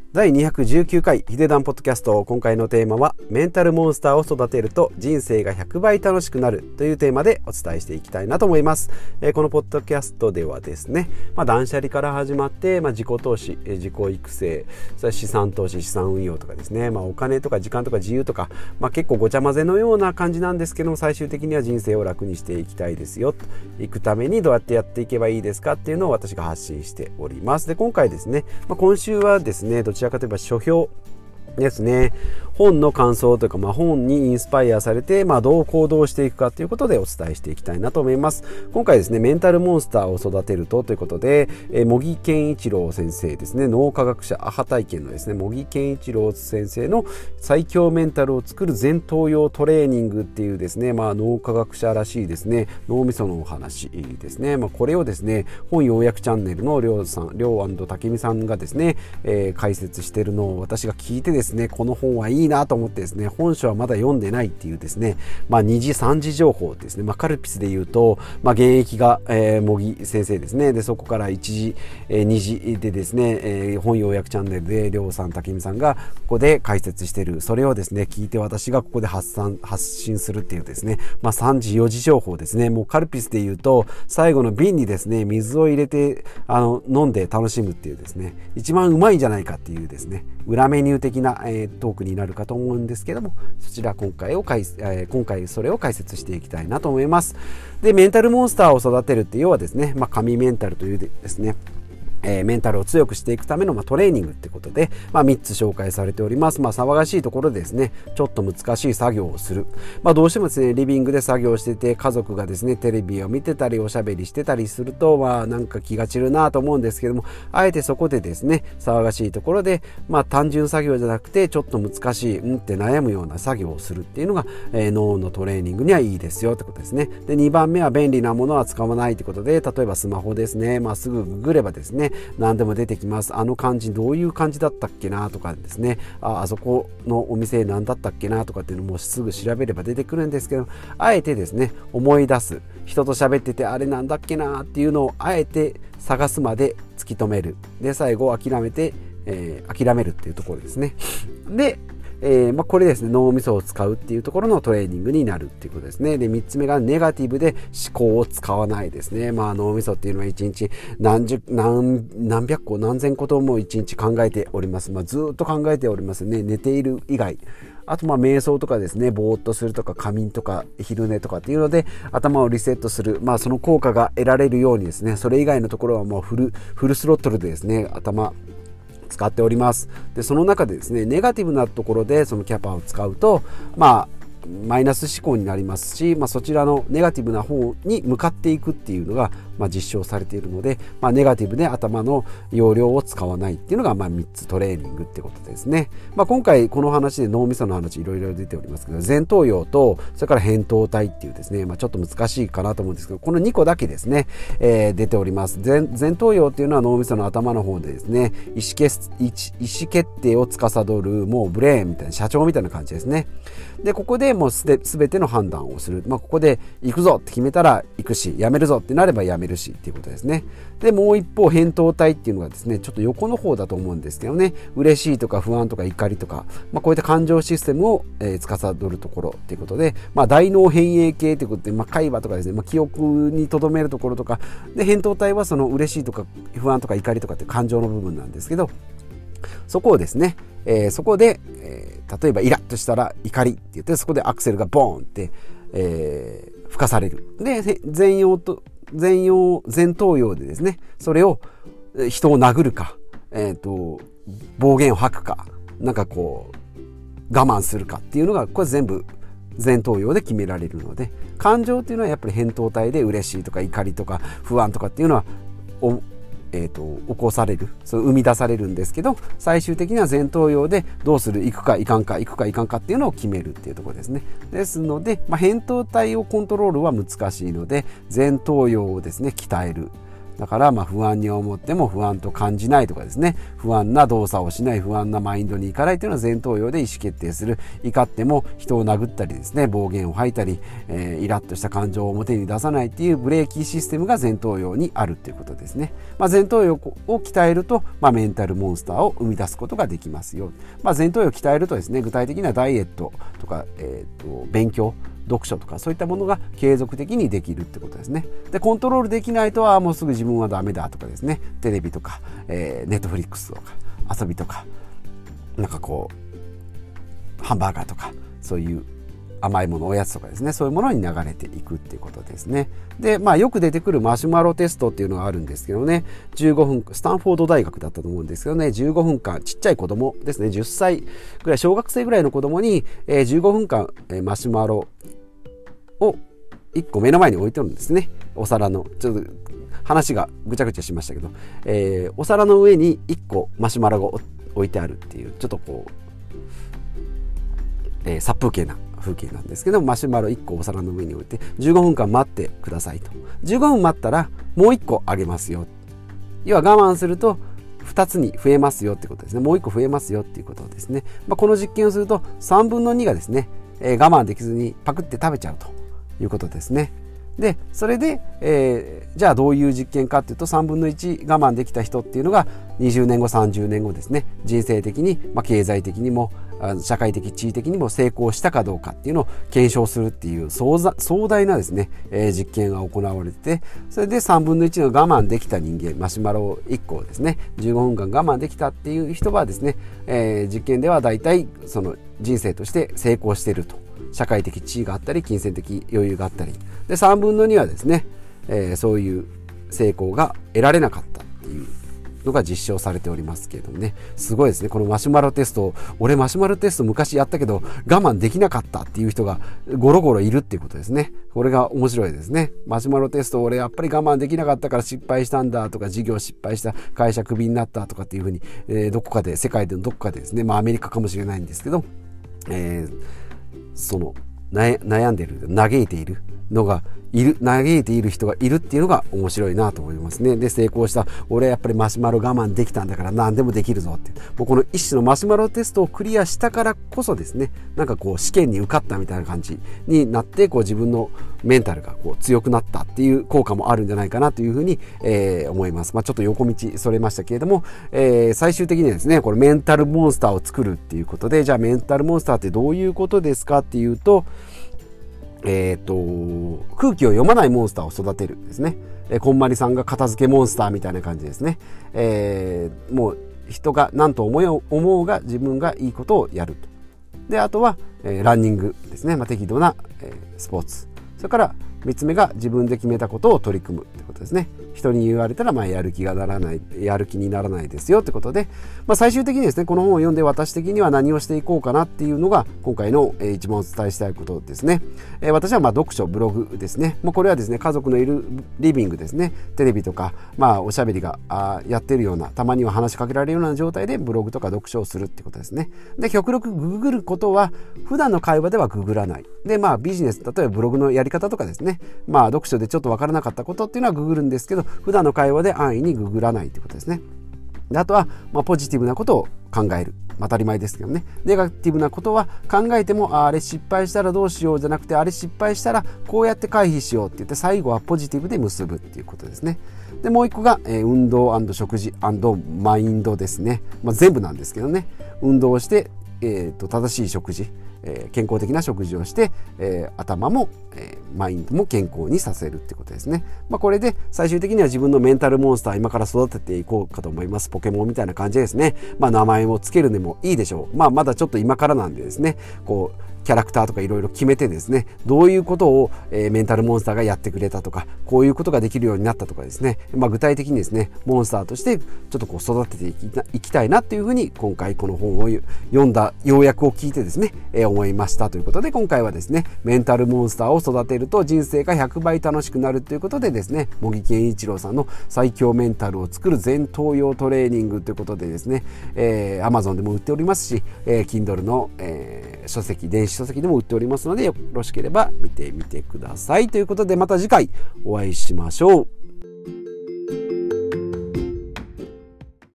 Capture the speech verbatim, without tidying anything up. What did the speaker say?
だいにひゃくじゅうきゅうかいヒデダンポッドキャスト。今回のテーマはメンタルモンスターを育てると人生がひゃくばい楽しくなるというテーマでお伝えしていきたいなと思います。えー、このポッドキャストではですね、まあ、断捨離から始まって、まあ、自己投資、えー、自己育成、それ資産投資、資産運用とかですね、まあ、お金とか時間とか自由とか、まあ、結構ごちゃ混ぜのような感じなんですけども、最終的には人生を楽にしていきたいですよと、いくためにどうやってやっていけばいいですかっていうのを私が発信しております。で、今回ですね、まあ、今週はですね、どちらかといえば書評ですね、本の感想というか、まあ、本にインスパイアされて、まあ、どう行動していくかということでお伝えしていきたいなと思います。今回ですね、メンタルモンスターを育てるとということで、えー、茂木健一郎先生ですね、脳科学者アハ体験のですね、茂木健一郎先生の最強メンタルを作る前頭葉トレーニングっていうですね、まあ、脳科学者らしいですね、脳みそのお話ですね、まあ、これをですね、本要約チャンネルのりょうさん、りょう&たけみさんがですね、えー、解説しているのを私が聞いてですね、この本はいいなと思ってですね、本書はまだ読んでないっていうですね、まあ、にじさんじ情報ですね、まあ、カルピスで言うと、まあ、現役が、えー、茂木先生ですね。でそこからいちじ、えー、にじでですね、えー、本要約チャンネルでりょうさん、たけみさんがここで解説している、それをですね聞いて私がここで発散発信するっていうですね、まあ、さんじよじ情報ですね。もうカルピスで言うと最後の瓶にですね水を入れてあの飲んで楽しむっていうですね、一番うまいんじゃないかっていうですね、裏メニュー的な、えー、トークになるかと思うんですけども、そちら今回を解、えー、今回それを解説していきたいなと思います。で、メンタルモンスターを育てるって要はですね、まあ、神メンタルというですね、えー、メンタルを強くしていくための、まあ、トレーニングってことで、まあ、みっつ紹介されております。まあ、騒がしいところでですね、ちょっと難しい作業をする。まあ、どうしてもですね、リビングで作業してて、家族がですね、テレビを見てたり、おしゃべりしてたりすると、まあ、なんか気が散るなと思うんですけども、あえてそこでですね、騒がしいところで、まあ、単純作業じゃなくて、ちょっと難しい、うんって悩むような作業をするっていうのが、えー、脳のトレーニングにはいいですよってことですね。で、にばんめは便利なものは使わないってことで、例えばスマホですね、まあ、すぐググればですね、何でも出てきます。あの漢字どういう漢字だったっけなとかですね、あ、あそこのお店何だったっけなとかっていうのもすぐ調べれば出てくるんですけど、あえてですね思い出す、人と喋っててあれなんだっけなっていうのをあえて探すまで突き止める。で、最後諦めて、えー、諦めるっていうところですね。でえーまあ、これですね、脳みそを使うっていうところのトレーニングになるっていうことですね。で、みっつめがネガティブで思考を使わないですね。まあ、脳みそっていうのはいちにち何十何何百個何千個ともいちにち考えております。まあ、ずっと考えておりますね。寝ている以外。あとまあ瞑想とかですね、ぼーっとするとか仮眠とか昼寝とかっていうので頭をリセットする、まあその効果が得られるようにですね、それ以外のところはもうフルフルスロットルでですね、頭使っております。で、その中でですね、ネガティブなところでそのキャパを使うと、まあマイナス思考になりますし、まあ、そちらのネガティブな方に向かっていくっていうのが、まあ、実証されているので、まあ、ネガティブで頭の容量を使わないっていうのが、まあ、みっつトレーニングってことですね。まあ、今回この話で脳みその話いろいろ出ておりますけど、前頭葉とそれから扁桃体っていうですね、まあ、ちょっと難しいかなと思うんですけど、このにこだけですね、えー、出ております。 前, 前頭葉っていうのは脳みその頭の方でですね、意思決意思決定を司るもうブレーンみたいな、社長みたいな感じですね。で、ここでもうすべての判断をする。まあ、ここで行くぞって決めたら行くし、やめるぞってなればやめるしっていうことですね。で、もう一方、扁桃体っていうのがですね、ちょっと横の方だと思うんですけどね、嬉しいとか不安とか怒りとか、まあ、こういった感情システムを、えー、司るところっていうことで、まあ、大脳変影系ということで、まあ、会話とかですね、まあ、記憶に留めるところとかで、扁桃体はその嬉しいとか不安とか怒りとかって感情の部分なんですけど、そこをですね、えー、そこで、えー例えばイラッとしたら怒りって言って、そこでアクセルがボーンって、えー、吹かされる。で、前葉と前葉前頭葉でですね、それを人を殴るか、えっと暴言を吐くか、なんかこう我慢するかっていうのが、これ全部前頭葉で決められるので、感情っていうのはやっぱり扁桃体で嬉しいとか怒りとか不安とかっていうのはおえーと、起こされる、その生み出されるんですけど、最終的には前頭葉でどうする、行くか行かんか行くか行かんかっていうのを決めるっていうところですね。ですので、まあ、扁桃体をコントロールは難しいので、前頭葉をですね鍛える。 だからまあ不安に思っても不安と感じないとかですね、不安な動作をしない、不安なマインドにいかないというのは前頭葉で意思決定する。怒っても人を殴ったりですね、暴言を吐いたり、えー、イラッとした感情を表に出さないっていうブレーキシステムが前頭葉にあるということですね。まあ、前頭葉を鍛えると、まあ、メンタルモンスターを生み出すことができますよ。まあ、前頭葉を鍛えるとですね、具体的にはダイエットとか、えー、と勉強、読書とかそういったものが継続的にできるってことですね。でコントロールできないとはもうすぐ自分はダメだとかですね、テレビとか、えー、ネットフリックスとか遊びとかなんかこうハンバーガーとかそういう甘いもの、おやつとかですね、そういうものに流れていくっていうことですね。で、まあよく出てくるマシュマロテストっていうのがあるんですけどね、じゅうごふん、スタンフォード大学だったと思うんですけどね、じゅうごふんかん、ちっちゃい子供ですね、じゅっさいぐらい、小学生ぐらいの子供に、えー、じゅうごふんかん、えー、マシュマロをいっこ目の前に置いてるんですね。お皿の、ちょっと話がぐちゃぐちゃしましたけど、えー、お皿の上にいっこマシュマロが置いてあるっていう、ちょっとこう、えー、殺風景な風景なんですけど、マシュマロいっこお皿の上に置いてじゅうごふんかん待ってくださいと。じゅうごふん待ったらもういっこあげますよ。要は我慢するとふたつに増えますよってことですね。もういっこ増えますよっていうことですね。まあ、この実験をするとさんぶんのにがですね、えー、我慢できずにパクって食べちゃうということですね。でそれで、えー、じゃあどういう実験かっていうと、さんぶんのいち我慢できた人っていうのがにじゅうねんごさんじゅうねんごですね、人生的に、まあ、経済的にも社会的地位的にも成功したかどうかっていうのを検証するっていう壮大なですね、えー、実験が行われてて、それでさんぶんのいちの我慢できた人間、マシュマロをいっこをですねじゅうごふんかん我慢できたっていう人はですね、えー、実験ではだいたいその人生として成功していると。社会的地位があったり金銭的余裕があったりで、さんぶんのにはですね、えー、そういう成功が得られなかったっていうのが実証されておりますけれどもね、すごいですね。このマシュマロテスト、俺マシュマロテスト昔やったけど我慢できなかったっていう人がゴロゴロいるっていうことですね。これが面白いですね。マシュマロテスト俺やっぱり我慢できなかったから失敗したんだとか、事業失敗した、会社クビになったとかっていうふうに、えー、どこかで世界でのどこかでですね、まあアメリカかもしれないんですけど、えーその悩んでいる、嘆いているのがいる、嘆いている人がいるっていうのが面白いなと思いますね。で成功した、俺やっぱりマシュマロ我慢できたんだから何でもできるぞって、もうこの一種のマシュマロテストをクリアしたからこそですね、なんかこう試験に受かったみたいな感じになって、こう自分のメンタルがこう強くなったっていう効果もあるんじゃないかなというふうに、えー、思います。まあ、ちょっと横道それましたけれども、えー、最終的にはですね、これメンタルモンスターを作るっていうことで、じゃあメンタルモンスターってどういうことですかっていうと、えー、と空気を読まないモンスターを育てるですね。えー、こんまりさんが片付けモンスターみたいな感じですね。えー、もう人が何と思い思うが自分がいいことをやると。であとは、えー、ランニングですね、まあ、適度な、えー、スポーツ。それからみっつめが自分で決めたことを取り組むってことですね。人に言われたらまあやる気がならない、やる気にならないですよってことで、まあ、最終的にですね、この本を読んで私的には何をしていこうかなっていうのが今回の、えー、一番お伝えしたいことですね。えー、私はまあ読書、ブログですね。もうこれはですね、家族のいるリビングですね、テレビとかまあおしゃべりがあやってるような、たまには話しかけられるような状態でブログとか読書をするってことですね。で極力ググることは普段の会話ではググらない。でまあビジネス、例えばブログのやり方とかですね、まあ読書でちょっとわからなかったことっていうのはググるんですけど、普段の会話で安易にググらないということですね。であとは、まあ、ポジティブなことを考える、まあ、当たり前ですけどね。ネガティブなことは考えても、あ, あれ失敗したらどうしようじゃなくて、あれ失敗したらこうやって回避しようって言って、最後はポジティブで結ぶっていうことですね。でもう一個が、えー、運動&食事&マインドですね。まあ、全部なんですけどね、運動をして、えー、と正しい食事、えー、健康的な食事をして、えー、頭も、えー、マインドも健康にさせるってことですね。まあ、これで最終的には自分のメンタルモンスター今から育てていこうかと思います。ポケモンみたいな感じですね。まあ、名前をつけるでもいいでしょう。まあ、まだちょっと今からなんでですね、こうキャラクターとかいろいろ決めてですね、どういうことを、えー、メンタルモンスターがやってくれたとか、こういうことができるようになったとかですね、まあ、具体的にですねモンスターとしてちょっとこう育てていきた、いきたいなっていうふうに、今回この本を読んだ要約を聞いてですね、えー、思いましたということで、今回はですねメンタルモンスターを育てると人生がひゃくばい楽しくなるということでですね、茂木健一郎さんの最強メンタルを作る前頭葉トレーニングということでですね、えー、Amazon でも売っておりますし、えー、Kindle の、えー、書籍、電子書籍でも売っておりますので、よろしければ見てみてくださいということで、また次回お会いしましょう。